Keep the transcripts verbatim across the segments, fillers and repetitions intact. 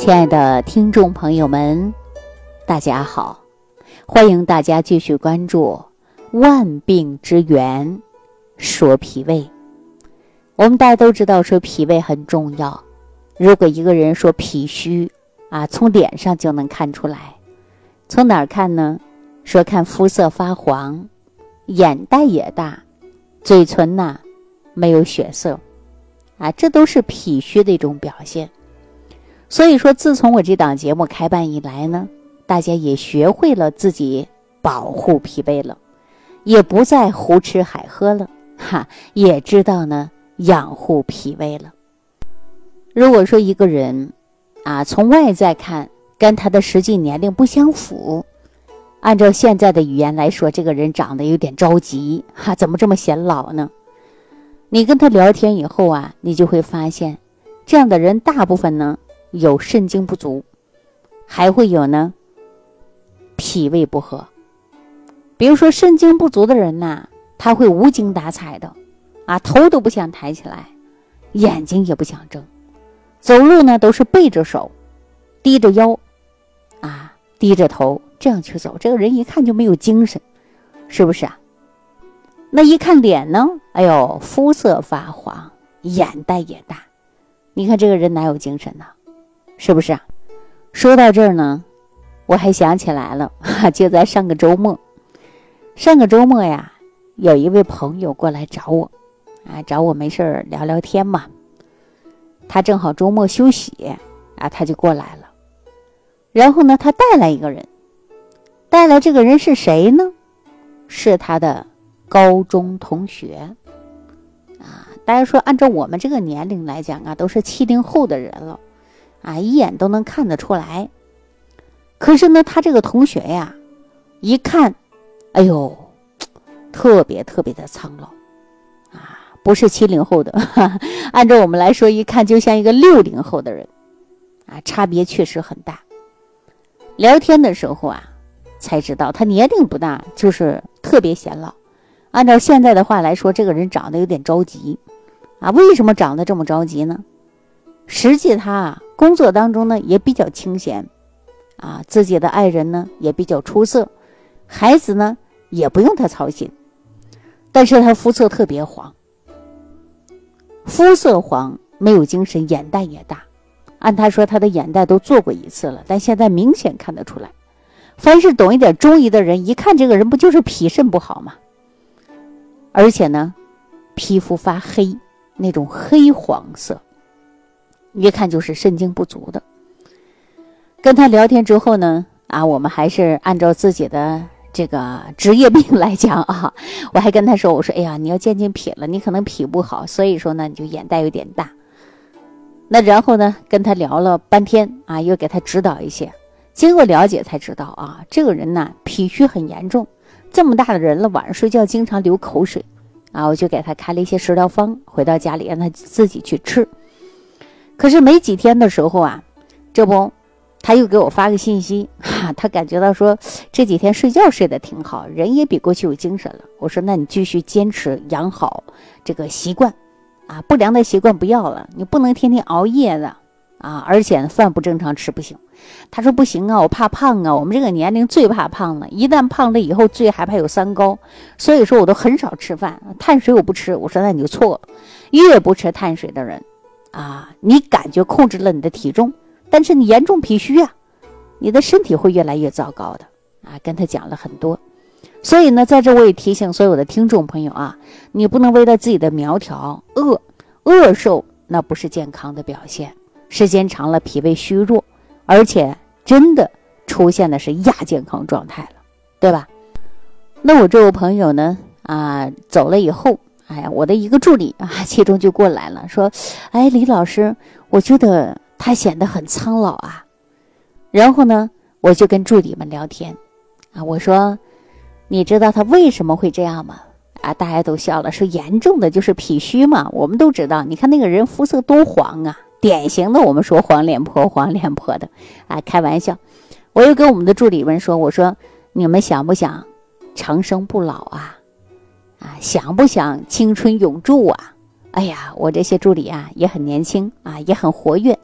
亲爱的听众朋友们，大家好，欢迎大家继续关注万病之源说脾胃。我们大家都知道说脾胃很重要，如果一个人说脾虚啊，从脸上就能看出来。从哪儿看呢？说看肤色发黄，眼袋也大，嘴唇呐、啊、没有血色啊，这都是脾虚的一种表现。所以说自从我这档节目开办以来呢，大家也学会了自己保护脾胃了，也不再胡吃海喝了哈，也知道呢养护脾胃了。如果说一个人啊，从外在看跟他的实际年龄不相符，按照现在的语言来说，这个人长得有点着急哈，怎么这么显老呢？你跟他聊天以后啊，你就会发现这样的人大部分呢有肾精不足，还会有呢脾胃不和。比如说肾精不足的人呐，他会无精打采的啊，头都不想抬起来，眼睛也不想睁，走路呢都是背着手，低着腰啊，低着头这样去走，这个人一看就没有精神，是不是啊？那一看脸呢，哎呦，肤色发黄，眼袋也大，你看这个人哪有精神呢？是不是啊？说到这儿呢，我还想起来了，就在上个周末，上个周末呀，有一位朋友过来找我，啊，找我没事聊聊天嘛。他正好周末休息，啊，他就过来了。然后呢，他带来一个人，带来这个人是谁呢？是他的高中同学。啊，大家说按照我们这个年龄来讲啊，都是七零后的人了。啊，一眼都能看得出来。可是呢，他这个同学呀，一看，哎呦，特别特别的苍老啊，不是七零后的，哈哈，按照我们来说，一看就像一个六零后的人啊，差别确实很大。聊天的时候啊，才知道他年龄不大，就是特别显老。按照现在的话来说，这个人长得有点着急啊。为什么长得这么着急呢？实际他啊，工作当中呢也比较清闲啊，自己的爱人呢也比较出色，孩子呢也不用他操心，但是他肤色特别黄，肤色黄，没有精神，眼袋也大。按他说他的眼袋都做过一次了，但现在明显看得出来。凡是懂一点中医的人，一看这个人不就是脾肾不好吗？而且呢皮肤发黑，那种黑黄色，一看就是肾精不足的。跟他聊天之后呢，啊，我们还是按照自己的这个职业病来讲啊，我还跟他说，我说，哎呀，你要健健脾了，你可能脾不好，所以说呢，你就眼袋有点大。那然后呢，跟他聊了半天啊，又给他指导一些，经过了解才知道啊，这个人呢脾虚很严重，这么大的人了，晚上睡觉经常流口水啊，我就给他开了一些食疗方，回到家里让他自己去吃。可是没几天的时候啊，这不他又给我发个信息哈，他感觉到说这几天睡觉睡得挺好，人也比过去有精神了。我说那你继续坚持养好这个习惯啊，不良的习惯不要了，你不能天天熬夜的啊，而且饭不正常吃不行。他说不行啊，我怕胖啊，我们这个年龄最怕胖了，一旦胖了以后最害怕有三高，所以说我都很少吃饭，碳水我不吃。我说那你就错了，越不吃碳水的人啊，你感觉控制了你的体重，但是你严重脾虚啊，你的身体会越来越糟糕的啊。跟他讲了很多，所以呢，在这我也提醒所有的听众朋友啊，你不能为了自己的苗条饿饿瘦，那不是健康的表现，时间长了脾胃虚弱，而且真的出现的是亚健康状态了，对吧？那我这位朋友呢啊，走了以后，哎呀，我的一个助理啊，其中就过来了，说，哎，李老师，我觉得他显得很苍老啊。然后呢，我就跟助理们聊天啊，我说，你知道他为什么会这样吗？啊，大家都笑了，说严重的就是脾虚嘛，我们都知道，你看那个人肤色多黄啊，典型的我们说黄脸婆黄脸婆的啊，开玩笑。我又跟我们的助理们说，我说你们想不想长生不老啊？啊，想不想青春永驻啊？哎呀，我这些助理啊也很年轻啊，也很活跃，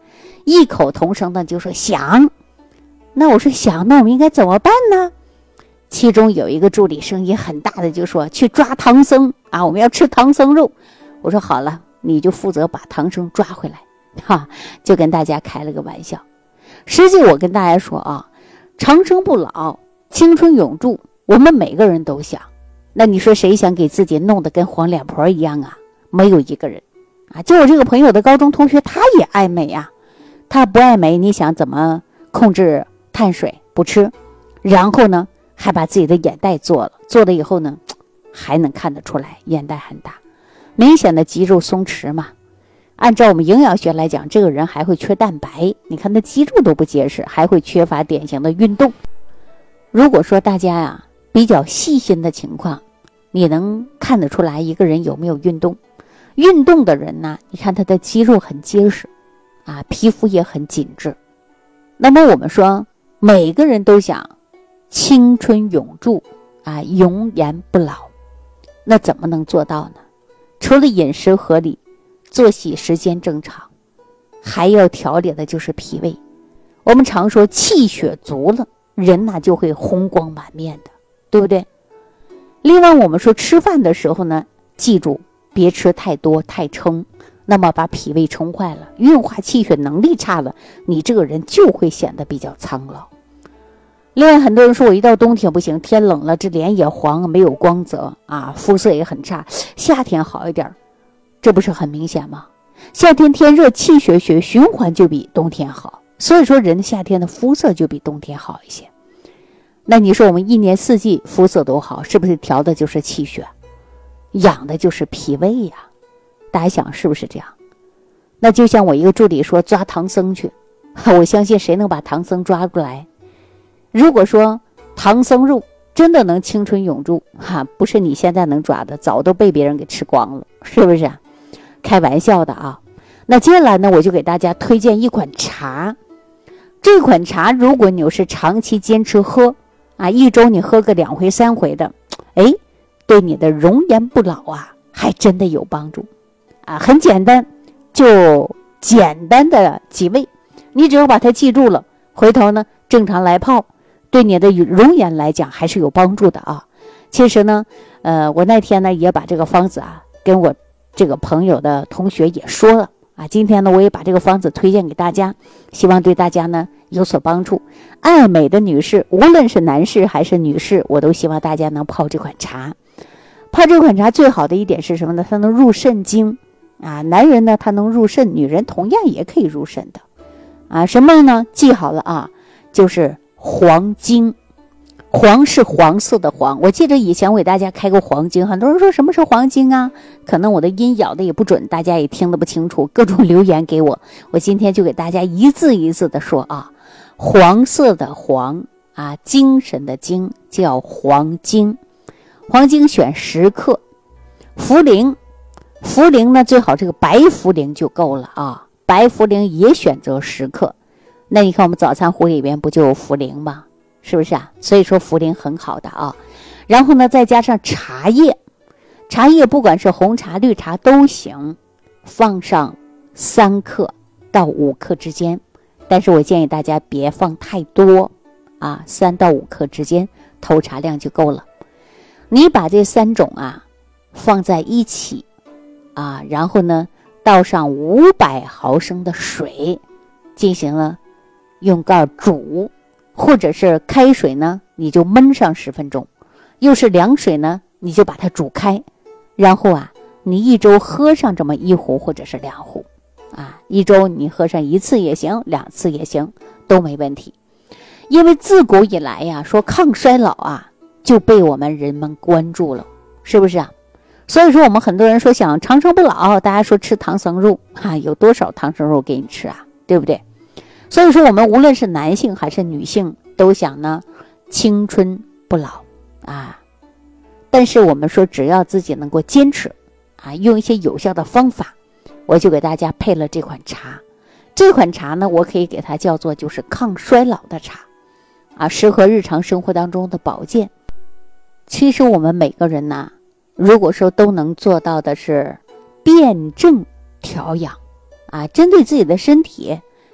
异口同声的就说想。那我说想，那我们应该怎么办呢？其中有一个助理声音很大的就说去抓唐僧啊，我们要吃唐僧肉。我说好了，你就负责把唐僧抓回来哈，就跟大家开了个玩笑。实际我跟大家说啊，长生不老，青春永驻，我们每个人都想。那你说谁想给自己弄得跟黄脸婆一样啊？没有一个人啊。就我这个朋友的高中同学，他也爱美啊，他不爱美，你想怎么控制碳水不吃，然后呢还把自己的眼袋做了，做了以后呢还能看得出来眼袋很大，明显的肌肉松弛嘛。按照我们营养学来讲，这个人还会缺蛋白，你看他肌肉都不结实，还会缺乏典型的运动。如果说大家呀比较细心的情况，你能看得出来一个人有没有运动。运动的人呢，你看他的肌肉很结实啊，皮肤也很紧致。那么我们说每个人都想青春永驻啊，永远不老，那怎么能做到呢？除了饮食合理，作息时间正常，还要调理的就是脾胃。我们常说气血足了，人呢就会红光满面的，对不对？另外我们说吃饭的时候呢，记住别吃太多太撑，那么把脾胃撑坏了，运化气血能力差了，你这个人就会显得比较苍老。另外很多人说我一到冬天不行，天冷了这脸也黄，没有光泽啊，肤色也很差，夏天好一点，这不是很明显吗？夏天天热，气血血循环就比冬天好，所以说人的夏天的肤色就比冬天好一些。那你说我们一年四季肤色都好，是不是调的就是气血，养的就是脾胃呀？大家想是不是这样？那就像我一个助理说抓唐僧去，我相信谁能把唐僧抓过来？如果说唐僧肉真的能青春永驻哈，不是你现在能抓的，早都被别人给吃光了，是不是啊？开玩笑的啊。那接下来呢，我就给大家推荐一款茶。这款茶如果你是长期坚持喝啊，一周你喝个两回三回的，哎，对你的容颜不老啊还真的有帮助啊。很简单，就简单的几味，你只要把它记住了，回头呢正常来泡，对你的容颜来讲还是有帮助的啊。其实呢呃，我那天呢也把这个方子啊跟我这个朋友的同学也说了啊，今天呢我也把这个方子推荐给大家，希望对大家呢有所帮助。爱美的女士，无论是男士还是女士，我都希望大家能泡这款茶。泡这款茶最好的一点是什么呢？它能入肾经啊，男人呢他能入肾，女人同样也可以入肾的啊。什么呢？记好了啊，就是黄精。黄是黄色的黄，我记得以前我给大家开过黄精，很多人说什么是黄精啊？可能我的音咬的也不准，大家也听得不清楚，各种留言给我，我今天就给大家一字一字的说啊，黄色的黄啊，精神的精叫黄精。黄精选十克，茯苓，茯苓呢最好这个白茯苓就够了啊，白茯苓也选择十克。那你看我们早餐壶里边不就有茯苓吗？是不是啊？所以说茯苓很好的啊。然后呢再加上茶叶，茶叶不管是红茶绿茶都行，放上三克到五克之间，但是我建议大家别放太多啊，三到五克之间投茶量就够了。你把这三种啊放在一起啊，然后呢倒上五百毫升的水，进行了用盖煮，或者是开水呢你就焖上十分钟，又是凉水呢你就把它煮开，然后啊你一周喝上这么一壶或者是两壶啊，一周你喝上一次也行，两次也行，都没问题。因为自古以来呀，说抗衰老啊就被我们人们关注了，是不是啊？所以说我们很多人说想长生不老，大家说吃唐僧肉啊，有多少唐僧肉给你吃啊，对不对？所以说我们无论是男性还是女性都想呢青春不老啊，但是我们说只要自己能够坚持啊，用一些有效的方法，我就给大家配了这款茶。这款茶呢我可以给它叫做就是抗衰老的茶啊，适合日常生活当中的保健。其实我们每个人呢，如果说都能做到的是辩证调养啊，针对自己的身体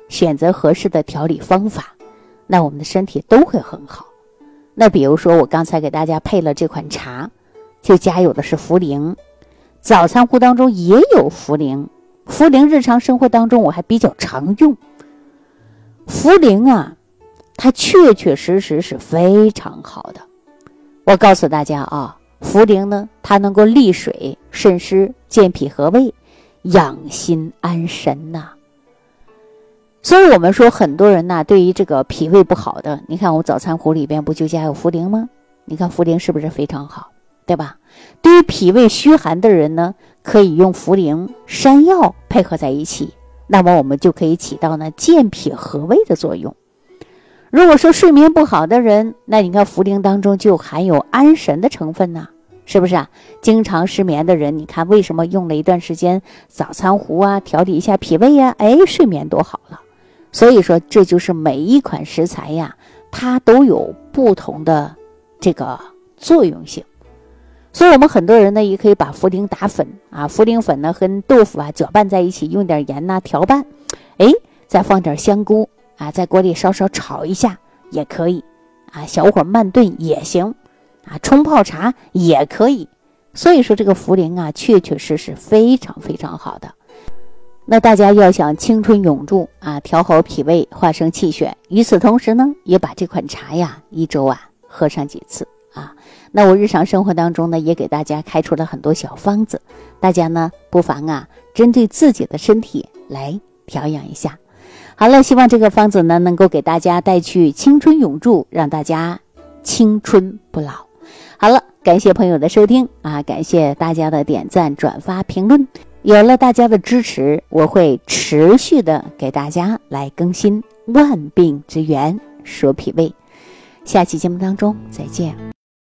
选择合适的调理方法，那我们的身体都会很好。那比如说我刚才给大家配了这款茶，就加有的是茯苓，早餐壶当中也有茯苓，茯苓日常生活当中我还比较常用。茯苓啊，它确确实实是非常好的。我告诉大家啊，茯苓呢，它能够利水渗湿、健脾和胃、养心安神呐、啊。所以我们说很多人呢、啊，对于这个脾胃不好的，你看我早餐壶里边不就加有茯苓吗？你看茯苓是不是非常好，对吧？对于脾胃虚寒的人呢，可以用茯苓、山药配合在一起，那么我们就可以起到呢健脾和胃的作用。如果说睡眠不好的人，那你看茯苓当中就含有安神的成分呢、啊，是不是啊？经常失眠的人，你看为什么用了一段时间早餐壶啊，调理一下脾胃啊，哎，睡眠多好了。所以说这就是每一款食材呀，它都有不同的这个作用性。所以我们很多人呢也可以把茯苓打粉啊，茯苓粉呢跟豆腐啊搅拌在一起，用点盐呐、啊、调拌，哎，再放点香菇啊，在锅里稍稍炒一下也可以啊，小火慢炖也行啊，冲泡茶也可以。所以说这个茯苓啊，确确实实非常非常好的。那大家要想青春永驻啊，调好脾胃，化生气血，与此同时呢，也把这款茶呀一周啊喝上几次啊。那我日常生活当中呢，也给大家开出了很多小方子，大家呢不妨啊针对自己的身体来调养一下。好了，希望这个方子呢能够给大家带去青春永驻，让大家青春不老。好了，感谢朋友的收听啊，感谢大家的点赞、转发、评论。有了大家的支持，我会持续的给大家来更新万病之源说脾胃。下期节目当中再见。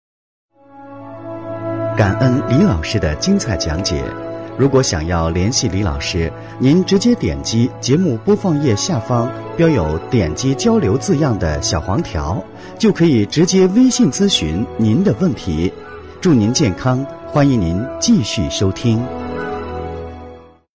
感恩李老师的精彩讲解。如果想要联系李老师，您直接点击节目播放页下方标有点击交流字样的小黄条，就可以直接微信咨询您的问题。祝您健康，欢迎您继续收听。